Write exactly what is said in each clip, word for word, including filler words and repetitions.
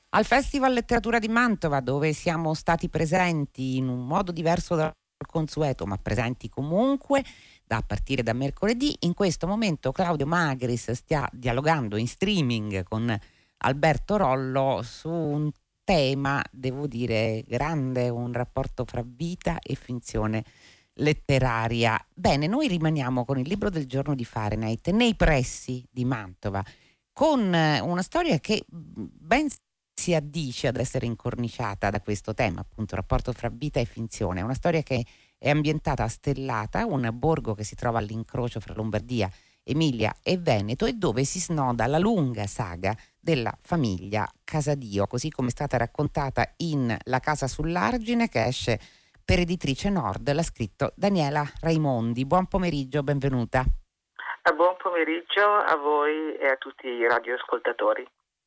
al Festival Letteratura di Mantova, dove siamo stati presenti in un modo diverso dal consueto, ma presenti comunque da a partire da mercoledì. In questo momento Claudio Magris sta dialogando in streaming con Alberto Rollo su un tema, devo dire, grande, un rapporto fra vita e finzione letteraria. Bene, noi rimaniamo con il libro del giorno di Fahrenheit nei pressi di Mantova, con una storia che ben si addice ad essere incorniciata da questo tema, appunto, rapporto fra vita e finzione. È una storia che è ambientata a Stellata, un borgo che si trova all'incrocio fra Lombardia, Emilia e Veneto, e dove si snoda la lunga saga della famiglia Casadio, così come è stata raccontata in La casa sull'argine, che esce per Editrice Nord. L'ha scritto Daniela Raimondi. Buon pomeriggio, benvenuta. Buon pomeriggio a voi e a tutti i radioascoltatori.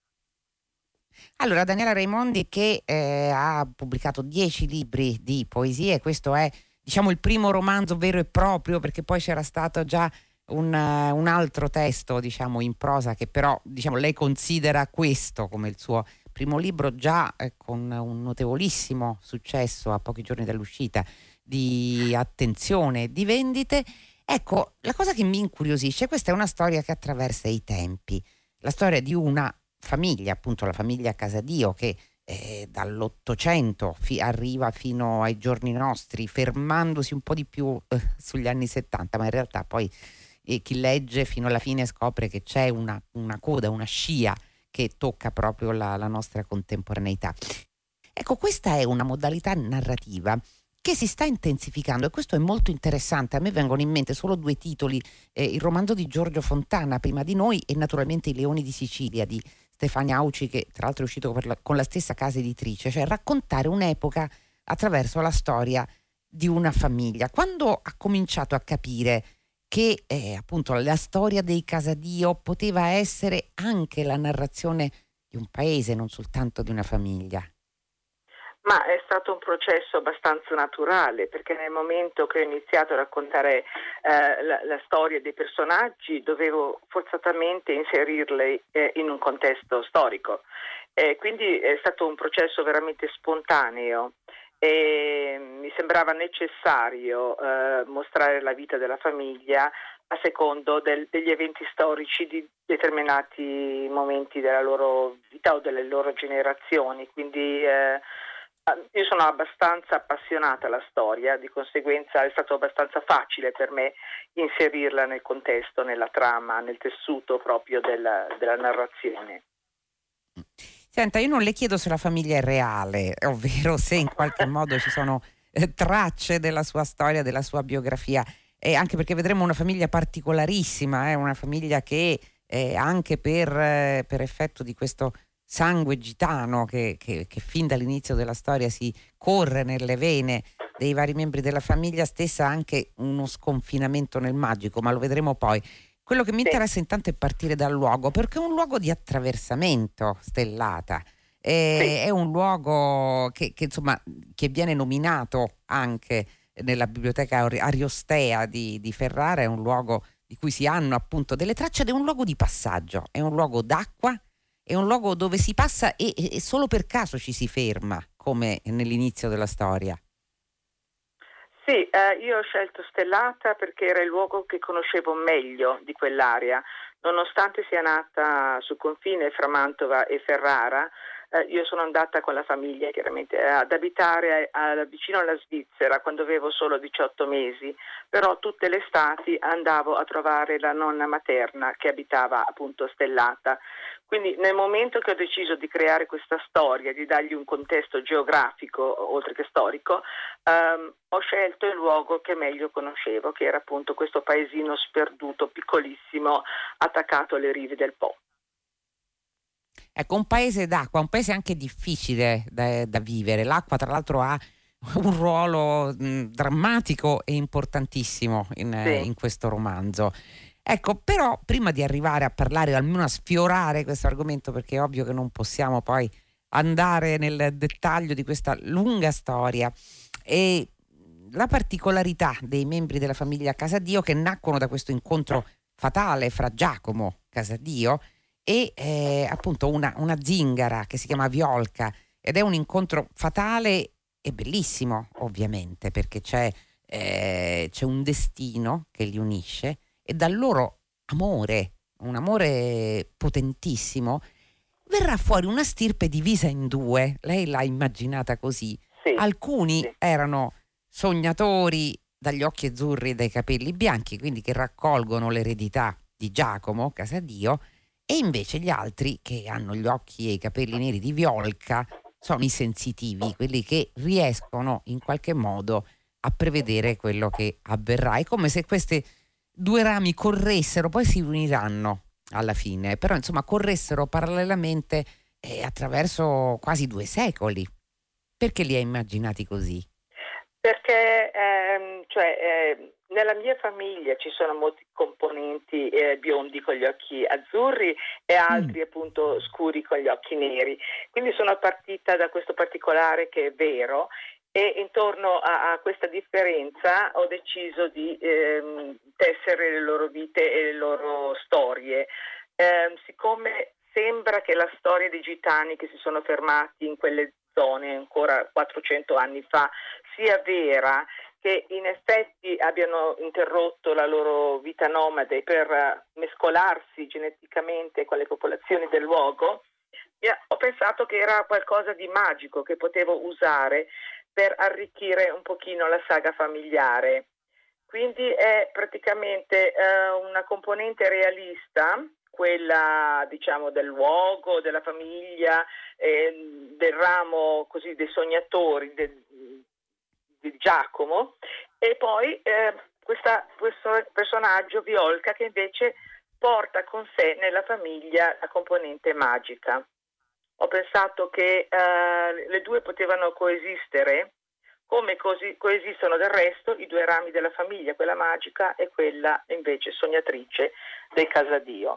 Allora, Daniela Raimondi, che eh, ha pubblicato dieci libri di poesie, questo è, diciamo, il primo romanzo vero e proprio, perché poi c'era stato già un, uh, un altro testo, diciamo, in prosa, che però, diciamo, lei considera questo come il suo primo libro, già eh, con un notevolissimo successo a pochi giorni dall'uscita, di attenzione e di vendite. Ecco, la cosa che mi incuriosisce, questa è una storia che attraversa i tempi, la storia di una famiglia, appunto la famiglia Casadio, che eh, dall'Ottocento fi- arriva fino ai giorni nostri, fermandosi un po' di più eh, sugli anni settanta, ma in realtà poi eh, chi legge fino alla fine scopre che c'è una, una coda, una scia che tocca proprio la, la nostra contemporaneità. Ecco, questa è una modalità narrativa che si sta intensificando, e questo è molto interessante. A me vengono in mente solo due titoli, eh, il romanzo di Giorgio Fontana, Prima di noi, e naturalmente I leoni di Sicilia di Stefania Auci, che tra l'altro è uscito per la, con la stessa casa editrice, cioè raccontare un'epoca attraverso la storia di una famiglia. Quando ha cominciato a capire che eh, appunto la storia dei Casadio poteva essere anche la narrazione di un paese, non soltanto di una famiglia? Ma è stato un processo abbastanza naturale, perché nel momento che ho iniziato a raccontare eh, la, la storia dei personaggi dovevo forzatamente inserirle eh, in un contesto storico. Eh, quindi è stato un processo veramente spontaneo e mi sembrava necessario eh, mostrare la vita della famiglia a secondo del, degli eventi storici di determinati momenti della loro vita o delle loro generazioni. Quindi eh, io sono abbastanza appassionata alla storia, di conseguenza è stato abbastanza facile per me inserirla nel contesto, nella trama, nel tessuto proprio della, della narrazione. Senta, io non le chiedo se la famiglia è reale, ovvero se in qualche modo ci sono eh, tracce della sua storia, della sua biografia, e anche perché vedremo una famiglia particolarissima, eh, una famiglia che eh, anche per, eh, per effetto di questo sangue gitano che, che, che fin dall'inizio della storia si corre nelle vene dei vari membri della famiglia stessa, anche uno sconfinamento nel magico, ma lo vedremo poi. Quello che mi Sì. interessa intanto è partire dal luogo, perché è un luogo di attraversamento, Stellata. È, Sì. è un luogo che, che insomma che viene nominato anche nella biblioteca Ariostea di, di Ferrara. È un luogo di cui si hanno appunto delle tracce ed è un luogo di passaggio, è un luogo d'acqua, è un luogo dove si passa e, e solo per caso ci si ferma, come nell'inizio della storia. Sì, eh, io ho scelto Stellata perché era il luogo che conoscevo meglio di quell'area. Nonostante sia nata sul confine fra Mantova e Ferrara, eh, io sono andata con la famiglia chiaramente ad abitare a, a, vicino alla Svizzera quando avevo solo diciotto mesi, però tutte le estati andavo a trovare la nonna materna che abitava appunto a Stellata. Quindi nel momento che ho deciso di creare questa storia, di dargli un contesto geografico oltre che storico, ehm, ho scelto il luogo che meglio conoscevo, che era appunto questo paesino sperduto, piccolissimo, attaccato alle rive del Po. Ecco, un paese d'acqua, un paese anche difficile da, da vivere. L'acqua tra l'altro ha un ruolo mh, drammatico e importantissimo in, Sì. in questo romanzo. Ecco, però prima di arrivare a parlare, almeno a sfiorare questo argomento, perché è ovvio che non possiamo poi andare nel dettaglio di questa lunga storia, e la particolarità dei membri della famiglia Casadio, che nacquono da questo incontro fatale fra Giacomo Casadio e eh, appunto una, una zingara che si chiama Violca, ed è un incontro fatale e bellissimo, ovviamente, perché c'è, eh, c'è un destino che li unisce, e dal loro amore, un amore potentissimo, verrà fuori una stirpe divisa in due. Lei l'ha immaginata così. Sì, Alcuni sì. erano sognatori dagli occhi azzurri e dai capelli bianchi, quindi che raccolgono l'eredità di Giacomo Casadio, e invece gli altri, che hanno gli occhi e i capelli neri di Violca, sono i sensitivi, quelli che riescono in qualche modo a prevedere quello che avverrà. È come se questi due rami corressero, poi si uniranno alla fine, però insomma corressero parallelamente eh, attraverso quasi due secoli. Perché li hai immaginati così? Perché ehm, cioè, eh, nella mia famiglia ci sono molti componenti eh, biondi con gli occhi azzurri e Mm. altri appunto scuri con gli occhi neri. Quindi sono partita da questo particolare che è vero, e intorno a, a questa differenza ho deciso di ehm, tessere le loro vite e le loro storie. Ehm, siccome sembra che la storia dei gitani che si sono fermati in quelle zone ancora quattrocento anni fa sia vera, che in effetti abbiano interrotto la loro vita nomade per mescolarsi geneticamente con le popolazioni del luogo, ho pensato che era qualcosa di magico che potevo usare per arricchire un pochino la saga familiare. Quindi è praticamente eh, una componente realista, quella diciamo del luogo, della famiglia, eh, del ramo così dei sognatori de, di Giacomo, e poi eh, questa, questo personaggio Violca che invece porta con sé nella famiglia la componente magica. Ho pensato che eh, le due potevano coesistere, come così coesistono del resto i due rami della famiglia, quella magica e quella invece sognatrice dei Casadio.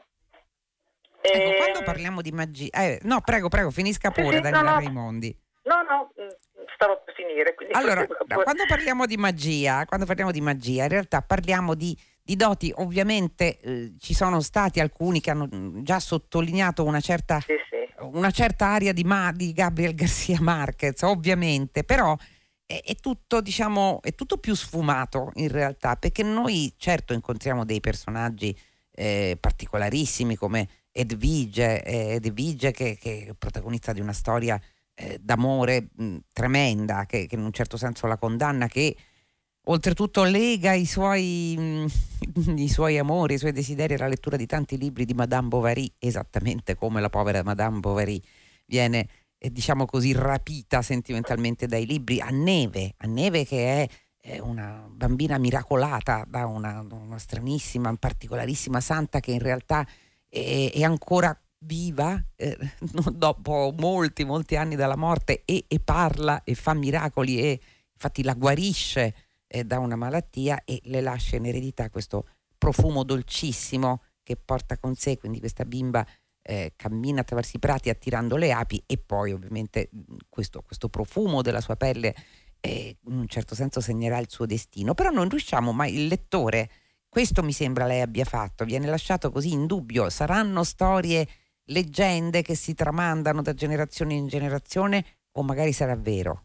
Ecco, quando E, parliamo di magia, eh, no, prego, prego, finisca sì, pure, sì, no, Daniela no, Raimondi. no, no, stavo per finire, quindi Allora, prosegua no, pure. quando parliamo di magia, quando parliamo di magia, in realtà parliamo di, di doti. Ovviamente eh, ci sono stati alcuni che hanno mm, già sottolineato una certa, Sì, sì. una certa aria di, ma, di Gabriel Garcia Marquez, ovviamente, però è, è tutto, diciamo, è tutto più sfumato in realtà, perché noi certo incontriamo dei personaggi eh, particolarissimi come Edvige, eh, Edvige che, che è protagonista di una storia eh, d'amore mh, tremenda, che, che in un certo senso la condanna, che oltretutto lega i suoi, mh, i suoi amori, i suoi desideri alla lettura di tanti libri di Madame Bovary, esattamente come la povera Madame Bovary viene, eh, diciamo così, rapita sentimentalmente dai libri. A Neve, a Neve che è eh, una bambina miracolata da una, una stranissima, particolarissima santa che in realtà è, è ancora viva eh, dopo molti molti anni dalla morte, e, e parla e fa miracoli, e infatti la guarisce eh, da una malattia, e le lascia in eredità questo profumo dolcissimo che porta con sé. Quindi questa bimba eh, cammina attraverso i prati attirando le api, e poi ovviamente mh, questo, questo profumo della sua pelle eh, in un certo senso segnerà il suo destino. Però non riusciamo mai, il lettore, questo mi sembra lei abbia fatto, viene lasciato così in dubbio. Saranno storie, leggende che si tramandano da generazione in generazione, o magari sarà vero?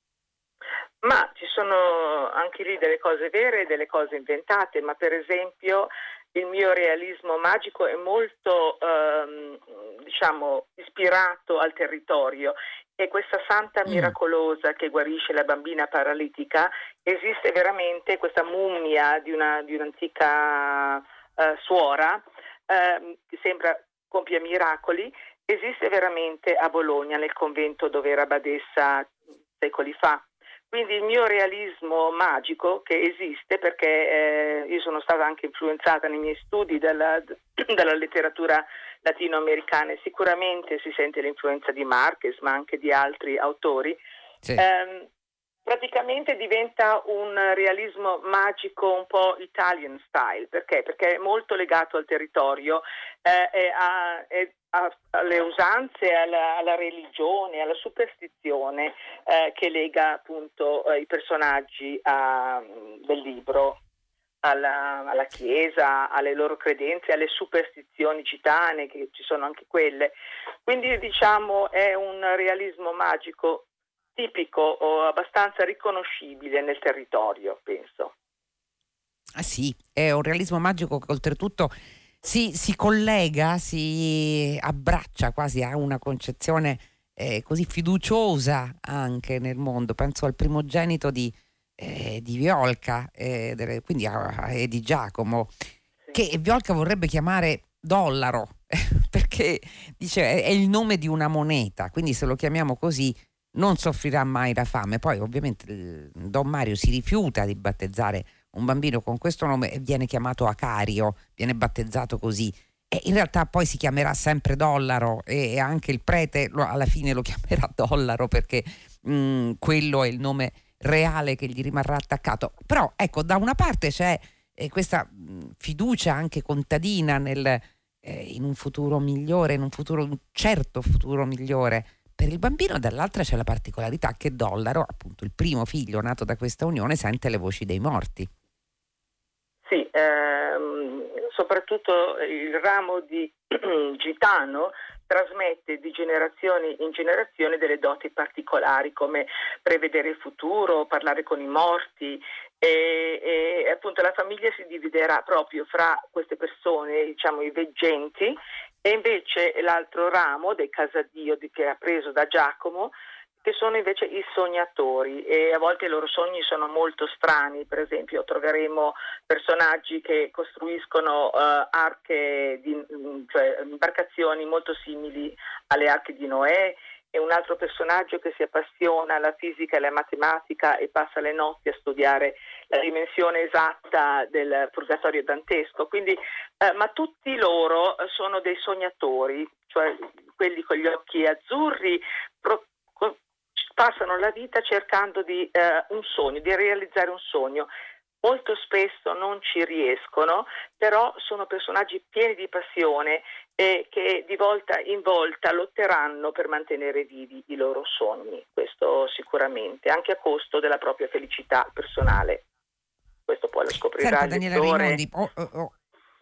Ma ci sono anche lì delle cose vere e delle cose inventate, ma per esempio il mio realismo magico è molto ehm, diciamo ispirato al territorio, e questa santa Mm. miracolosa che guarisce la bambina paralitica esiste veramente, questa mummia di, una, di un'antica eh, suora ehm, che sembra compia miracoli, esiste veramente a Bologna nel convento dove era badessa secoli fa. Quindi il mio realismo magico, che esiste perché eh, io sono stata anche influenzata nei miei studi dalla, dalla letteratura latinoamericana, e sicuramente si sente l'influenza di Marquez ma anche di altri autori, Sì. ehm, praticamente diventa un realismo magico un po' Italian style. Perché? Perché è molto legato al territorio, eh, e a, e a, alle usanze, alla, alla religione, alla superstizione eh, che lega appunto eh, i personaggi a, del libro. alla, alla Chiesa, alle loro credenze, alle superstizioni gitane, che ci sono anche quelle. Quindi diciamo è un realismo magico tipico o abbastanza riconoscibile nel territorio, penso. Ah sì, è un realismo magico che oltretutto si, si collega, si abbraccia quasi a una concezione eh, così fiduciosa anche nel mondo. Penso al primogenito di, eh, di Violca, eh, delle- quindi a- e di Giacomo, Sì. che Violca vorrebbe chiamare Dollaro, perché dice è, è il nome di una moneta, quindi se lo chiamiamo così non soffrirà mai la fame. Poi ovviamente il- Don Mario si rifiuta di battezzare un bambino con questo nome e viene chiamato Acario, viene battezzato così. E in realtà poi si chiamerà sempre Dollaro e e anche il prete lo- alla fine lo chiamerà Dollaro perché mh, quello è il nome reale che gli rimarrà attaccato. Però ecco, da una parte c'è eh, questa mh, fiducia anche contadina nel, eh, in un futuro migliore, in un futuro, un certo futuro migliore per il bambino, dall'altra c'è la particolarità che Dollaro, appunto il primo figlio nato da questa unione, sente le voci dei morti. Sì, ehm, soprattutto il ramo di gitano trasmette di generazione in generazione delle doti particolari come prevedere il futuro, parlare con i morti e, e appunto la famiglia si dividerà proprio fra queste persone, diciamo i veggenti, e invece l'altro ramo dei Casadio di, che ha preso da Giacomo, che sono invece i sognatori, e a volte i loro sogni sono molto strani. Per esempio troveremo personaggi che costruiscono uh, arche, di, cioè imbarcazioni molto simili alle arche di Noè, e un altro personaggio che si appassiona alla fisica e alla matematica e passa le notti a studiare la dimensione esatta del purgatorio dantesco. Quindi, eh, ma tutti loro sono dei sognatori, cioè quelli con gli occhi azzurri, pro- passano la vita cercando di eh, un sogno, di realizzare un sogno. Molto spesso non ci riescono, però sono personaggi pieni di passione e che di volta in volta lotteranno per mantenere vivi i loro sogni, questo sicuramente, anche a costo della propria felicità personale. Questo poi lo scoprirà Senta il Daniela lettore. Raimondi, oh, oh, oh.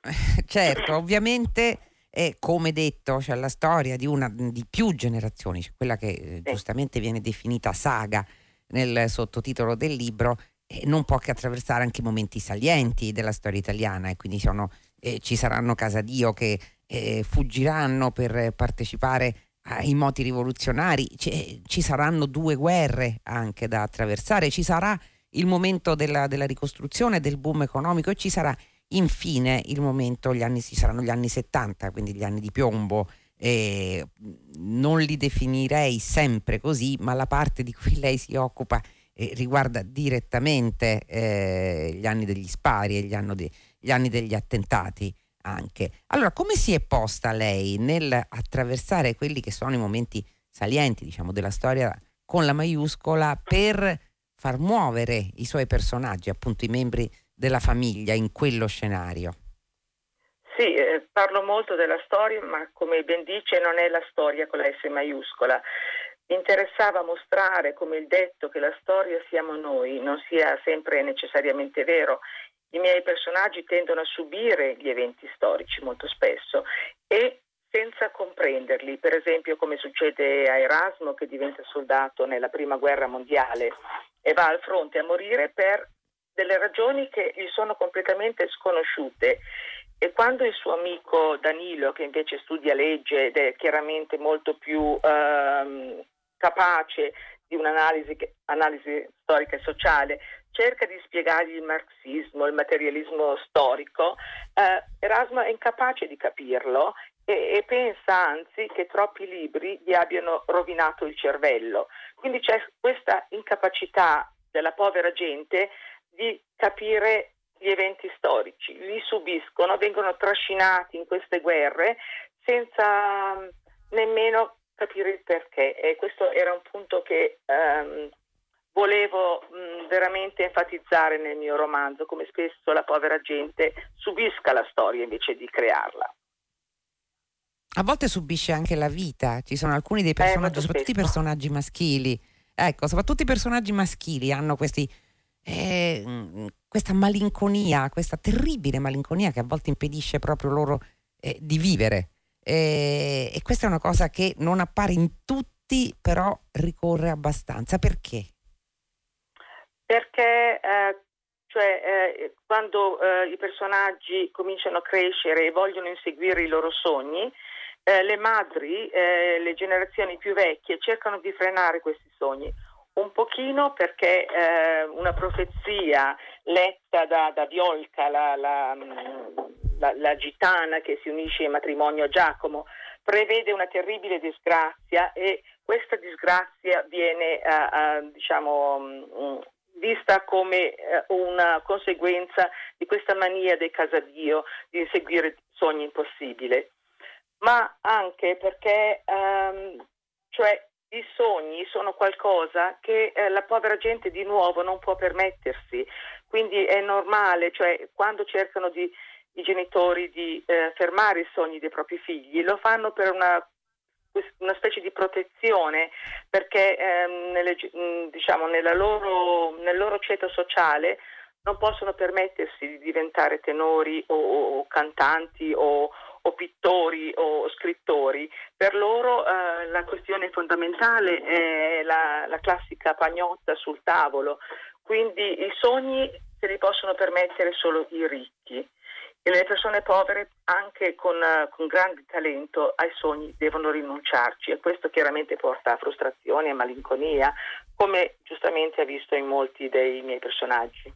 certo, ovviamente è come detto, c'è la storia di una di più generazioni, cioè quella che eh, Sì. giustamente viene definita saga nel sottotitolo del libro, e non può che attraversare anche momenti salienti della storia italiana, e quindi sono, eh, ci saranno Casadio che eh, fuggiranno per partecipare ai moti rivoluzionari, ci, ci saranno due guerre anche da attraversare, ci sarà il momento della, della ricostruzione, del boom economico, e ci sarà infine il momento, gli anni, ci saranno gli anni settanta, quindi gli anni di piombo. Eh, non li definirei sempre così, ma la parte di cui lei si occupa eh, riguarda direttamente eh, gli anni degli spari e gli, anno de- gli anni degli attentati anche. Allora, come si è posta lei nel attraversare quelli che sono i momenti salienti, diciamo, della storia con la maiuscola, per far muovere i suoi personaggi, appunto i membri della famiglia, in quello scenario? Sì, eh, parlo molto della storia, ma come ben dice non è la storia con la S maiuscola. Mi interessava mostrare come il detto che la storia siamo noi non sia sempre necessariamente vero. I miei personaggi tendono a subire gli eventi storici molto spesso e senza comprenderli, per esempio come succede a Erasmo, che diventa soldato nella prima guerra mondiale e va al fronte a morire per delle ragioni che gli sono completamente sconosciute. E quando il suo amico Danilo, che invece studia legge ed è chiaramente molto più ehm, capace di un'analisi analisi storica e sociale, cerca di spiegargli il marxismo, il materialismo storico, eh, Erasmo è incapace di capirlo e, e pensa anzi che troppi libri gli abbiano rovinato il cervello. Quindi c'è questa incapacità della povera gente di capire gli eventi storici, li subiscono, vengono trascinati in queste guerre senza um, nemmeno capire il perché, e questo era un punto che um, volevo mh, veramente enfatizzare nel mio romanzo, come spesso la povera gente subisca la storia invece di crearla. A volte subisce anche la vita, ci sono alcuni dei Eh, personaggi, molto soprattutto i spesso. personaggi maschili, ecco, soprattutto i personaggi maschili hanno questi, eh, questa malinconia, questa terribile malinconia che a volte impedisce proprio loro eh, di vivere. Eh, e questa è una cosa che non appare in tutti, però ricorre abbastanza. Perché? Perché eh, cioè, eh, quando eh, i personaggi cominciano a crescere e vogliono inseguire i loro sogni, eh, le madri, eh, le generazioni più vecchie cercano di frenare questi sogni. Un pochino perché eh, una profezia letta da, da Violca, la, la, la, la gitana che si unisce in matrimonio a Giacomo, prevede una terribile disgrazia, e questa disgrazia viene uh, uh, diciamo um, vista come uh, una conseguenza di questa mania dei casadio di inseguire sogni impossibili, ma anche perché um, cioè i sogni sono qualcosa che eh, la povera gente di nuovo non può permettersi, quindi è normale, cioè quando cercano di, i genitori di eh, fermare i sogni dei propri figli, lo fanno per una, una specie di protezione, perché ehm, nelle, diciamo, nella loro, nel loro ceto sociale non possono permettersi di diventare tenori o, o, o cantanti o o pittori o scrittori. Per loro eh, la questione fondamentale è la, la classica pagnotta sul tavolo, quindi i sogni se li possono permettere solo i ricchi, e le persone povere, anche con, con grande talento, ai sogni devono rinunciarci, e questo chiaramente porta a frustrazione e malinconia, come giustamente ha visto in molti dei miei personaggi.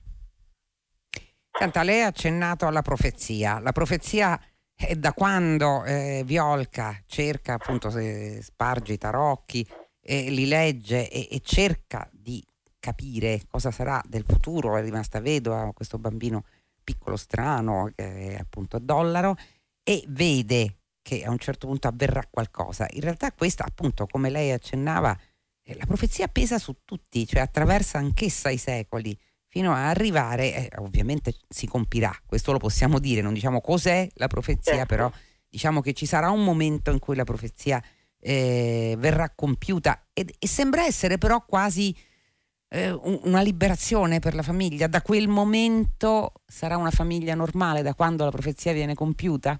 Senta, lei ha accennato alla profezia. La profezia è da quando eh, Violca cerca, appunto, se sparge i tarocchi, eh, li legge e, e cerca di capire cosa sarà del futuro. È rimasta vedova, questo bambino piccolo strano che è appunto dollaro, e vede che a un certo punto avverrà qualcosa. In realtà questa, appunto, come lei accennava, eh, la profezia pesa su tutti, cioè attraversa anch'essa i secoli, fino a arrivare, eh, ovviamente si compirà, questo lo possiamo dire, non diciamo cos'è la profezia, Certo. però diciamo che ci sarà un momento in cui la profezia eh, verrà compiuta, e, e sembra essere però quasi eh, un, una liberazione per la famiglia. Da quel momento sarà una famiglia normale, da quando la profezia viene compiuta?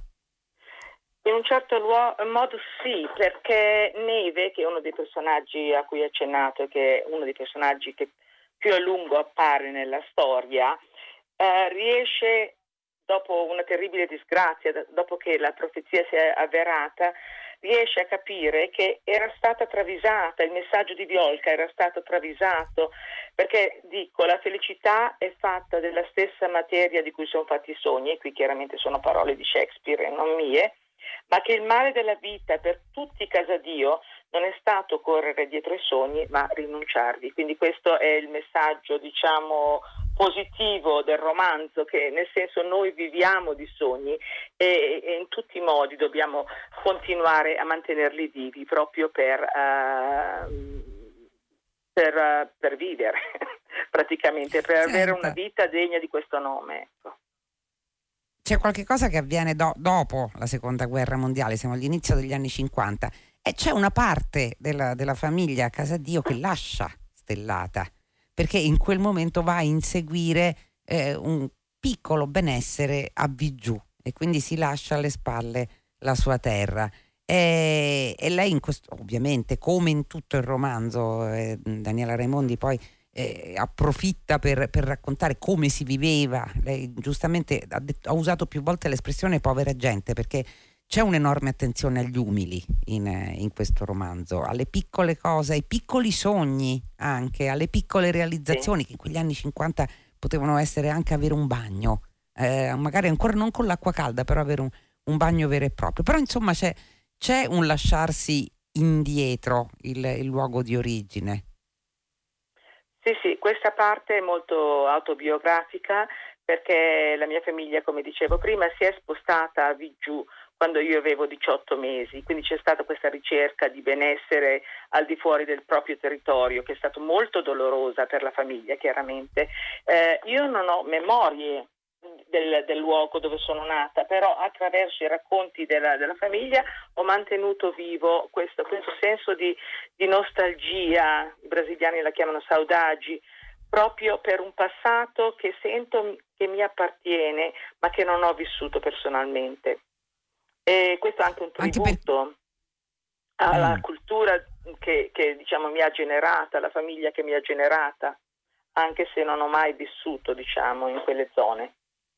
In un certo luo- modo sì, perché Neve, che è uno dei personaggi a cui hai accennato, che è uno dei personaggi che più a lungo appare nella storia, eh, riesce, dopo una terribile disgrazia, d- dopo che la profezia si è avverata, riesce a capire che era stata travisata, il messaggio di Violca era stato travisato, perché dico, la felicità è fatta della stessa materia di cui sono fatti i sogni, e qui chiaramente sono parole di Shakespeare e non mie, ma che il male della vita per tutti i Casadio non è stato correre dietro i sogni, ma rinunciarvi. Quindi questo è il messaggio, diciamo, positivo del romanzo, che nel senso noi viviamo di sogni e, e in tutti i modi dobbiamo continuare a mantenerli vivi, proprio per, uh, per, uh, per vivere, praticamente, per Senta, avere una vita degna di questo nome, ecco. C'è qualche cosa che avviene do- dopo la seconda guerra mondiale, siamo all'inizio degli anni cinquanta, e c'è una parte della, della famiglia Casadio che lascia Stellata, perché in quel momento va a inseguire eh, un piccolo benessere a Vigiù, e quindi si lascia alle spalle la sua terra. E, e lei, in questo, ovviamente, come in tutto il romanzo, eh, Daniela Raimondi poi Eh, approfitta per, per raccontare come si viveva. Lei giustamente ha, detto, ha usato più volte l'espressione povera gente, perché c'è un'enorme attenzione agli umili in, in questo romanzo, alle piccole cose, ai piccoli sogni, anche alle piccole realizzazioni, sì, che in quegli anni cinquanta potevano essere anche avere un bagno, eh, magari ancora non con l'acqua calda, però avere un, un bagno vero e proprio. Però insomma c'è, c'è un lasciarsi indietro il, il luogo di origine. Sì, sì, questa parte è molto autobiografica, perché la mia famiglia, come dicevo prima, si è spostata a Vigiù quando io avevo diciotto mesi, quindi c'è stata questa ricerca di benessere al di fuori del proprio territorio, che è stata molto dolorosa per la famiglia, chiaramente. Eh, io non ho memorie del, del luogo dove sono nata, però attraverso i racconti della, della famiglia ho mantenuto vivo questo, questo senso di, di nostalgia, i brasiliani la chiamano saudade, proprio per un passato che sento che mi appartiene, ma che non ho vissuto personalmente. E questo è anche un Anche per... tributo alla Mm. cultura che, che diciamo mi ha generata, alla famiglia che mi ha generata, anche se non ho mai vissuto, diciamo, in quelle zone.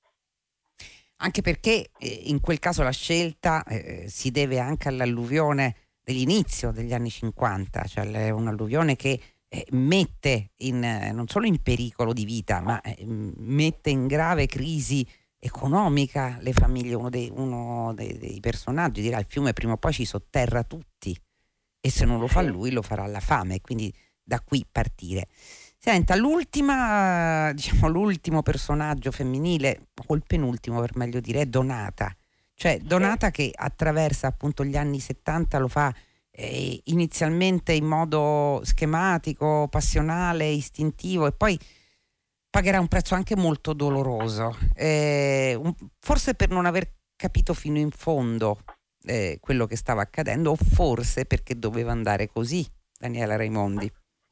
Anche perché eh, in quel caso la scelta eh, si deve anche all'alluvione dell'inizio degli anni cinquanta, cioè l- un'alluvione che eh, mette in, eh, non solo in pericolo di vita, ma eh, mette in grave crisi economica le famiglie. Uno dei, uno dei, dei personaggi dirà: il fiume prima o poi ci sotterra tutti, e se non lo fa Sì. lui lo farà la fame, quindi da qui partire. Senta, l'ultima, diciamo, l'ultimo personaggio femminile, o il penultimo per meglio dire, è Donata. Cioè Sì. Donata che attraversa appunto gli anni settanta, lo fa eh, inizialmente in modo schematico, passionale, istintivo, e poi pagherà un prezzo anche molto doloroso, eh, un- forse per non aver capito fino in fondo eh, quello che stava accadendo, o forse perché doveva andare così, Daniela Raimondi.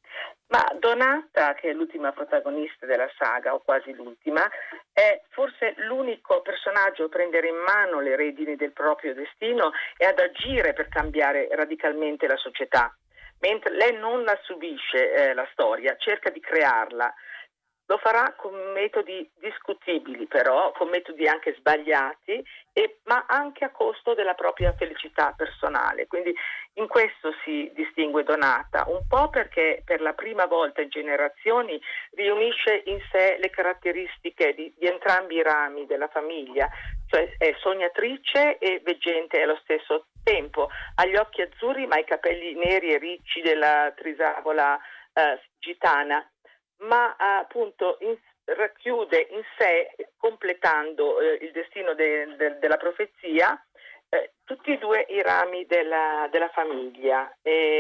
Ma Donata, che è l'ultima protagonista della saga, o quasi l'ultima, è forse l'unico personaggio a prendere in mano le redini del proprio destino e ad agire per cambiare radicalmente la società. Mentre lei non la subisce eh, la storia, cerca di crearla. Lo farà con metodi discutibili, però, con metodi anche sbagliati, e, ma anche a costo della propria felicità personale. Quindi in questo si distingue Donata, un po' perché per la prima volta in generazioni riunisce in sé le caratteristiche di, di entrambi i rami della famiglia, cioè è sognatrice e veggente allo stesso tempo, ha gli occhi azzurri ma i capelli neri e ricci della trisavola eh, gitana, ma appunto in, racchiude in sé, completando eh, il destino de, de, della profezia, eh, tutti e due i rami della, della famiglia,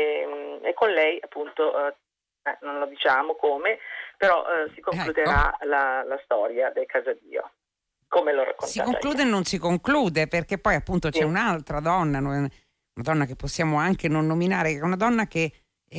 e, e con lei appunto, eh, eh, non lo diciamo come, però eh, si Ecco, concluderà la, la storia del Casadio, come l'ho si raccontata conclude io. e non si conclude, perché poi appunto c'è Sì. un'altra donna, una donna che possiamo anche non nominare, che è una donna che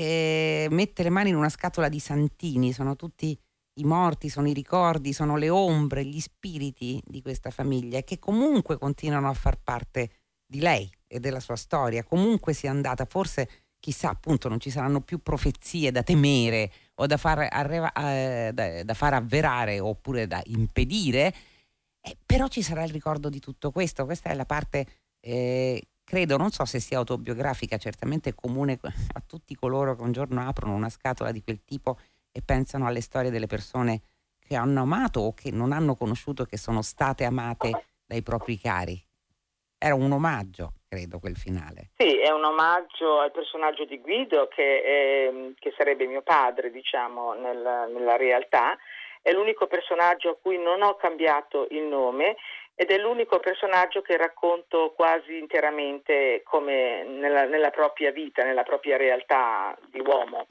eh, mette le mani in una scatola di santini. Sono tutti i morti, sono i ricordi, sono le ombre, gli spiriti di questa famiglia, e che comunque continuano a far parte di lei e della sua storia. Comunque sia andata, forse chissà, appunto non ci saranno più profezie da temere o da far, arreva- eh, da, da far avverare oppure da impedire. Eh, però ci sarà il ricordo di tutto questo. Questa è la parte, eh, credo, non so se sia autobiografica, certamente comune a tutti coloro che un giorno aprono una scatola di quel tipo e pensano alle storie delle persone che hanno amato o che non hanno conosciuto e che sono state amate dai propri cari. Era un omaggio, credo, quel finale. Sì, è un omaggio al personaggio di Guido che, è, che sarebbe mio padre, diciamo, nel, nella realtà. È l'unico personaggio a cui non ho cambiato il nome ed è l'unico personaggio che racconto quasi interamente come nella, nella propria vita, nella propria realtà di uomo.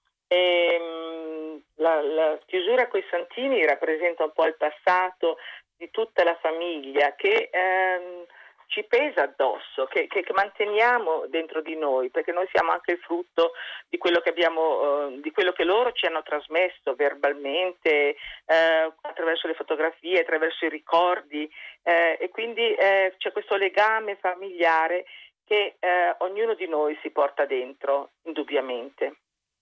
E, mh, la, la chiusura coi santini rappresenta un po' il passato di tutta la famiglia che ehm, ci pesa addosso, che, che, che manteniamo dentro di noi, perché noi siamo anche il frutto di quello che abbiamo, eh, di quello che loro ci hanno trasmesso verbalmente, eh, attraverso le fotografie, attraverso i ricordi, eh, e quindi eh, c'è questo legame familiare che eh, ognuno di noi si porta dentro, indubbiamente.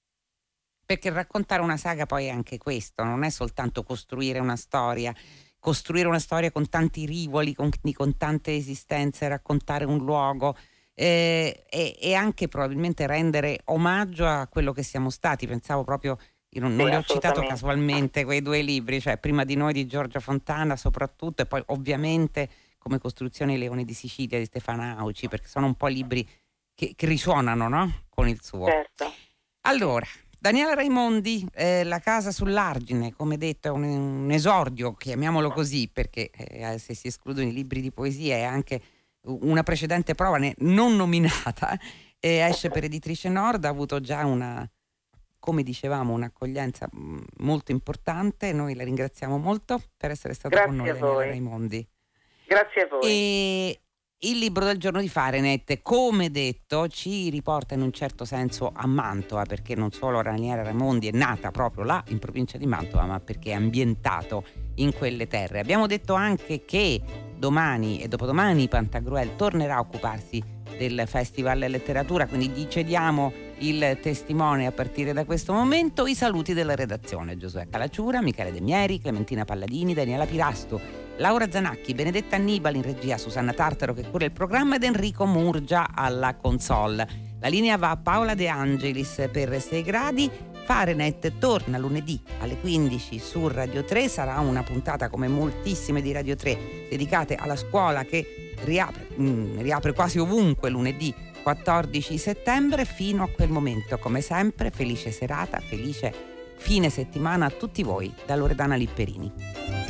Perché raccontare una saga poi è anche questo, non è soltanto costruire una storia, costruire una storia con tanti rivoli, con, con tante esistenze, raccontare un luogo, eh, e, e anche probabilmente rendere omaggio a quello che siamo stati. Pensavo proprio, io non, Sì, non le ho citato assolutamente. casualmente quei due libri, cioè Prima di noi di Giorgio Fontana soprattutto, e poi ovviamente Come costruzione i leoni di Sicilia di Stefano Auci, perché sono un po' libri che, che risuonano, no? Con il suo. Certo. Allora, Daniela Raimondi, eh, La casa sull'argine, come detto, è un, un esordio, chiamiamolo così, perché eh, se si escludono i libri di poesia è anche una precedente prova ne- non nominata, e esce per Editrice Nord, ha avuto già una, come dicevamo, un'accoglienza mh, molto importante. Noi la ringraziamo molto per essere stata con Grazie noi, a Daniela voi. Raimondi. Grazie a voi. E, Il libro del giorno di Fahrenheit, come detto, ci riporta in un certo senso a Mantova, perché non solo Raniera Raimondi è nata proprio là in provincia di Mantova, ma perché è ambientato in quelle terre. Abbiamo detto anche che domani e dopodomani Pantagruel tornerà a occuparsi del Festival Letteratura, quindi gli cediamo il testimone a partire da questo momento. I saluti della redazione: Giosuè Calacciura, Michele De Mieri, Clementina Palladini, Daniela Pirasto, Laura Zanacchi, Benedetta Annibali in regia, Susanna Tartaro che cura il programma ed Enrico Murgia alla console. La linea va a Paola De Angelis per sei gradi. Fahrenheit torna lunedì alle quindici su Radio tre, sarà una puntata come moltissime di Radio tre dedicate alla scuola che riapre, mh, riapre quasi ovunque lunedì quattordici settembre. Fino a quel momento, come sempre, felice serata, felice fine settimana a tutti voi da Loredana Lipperini.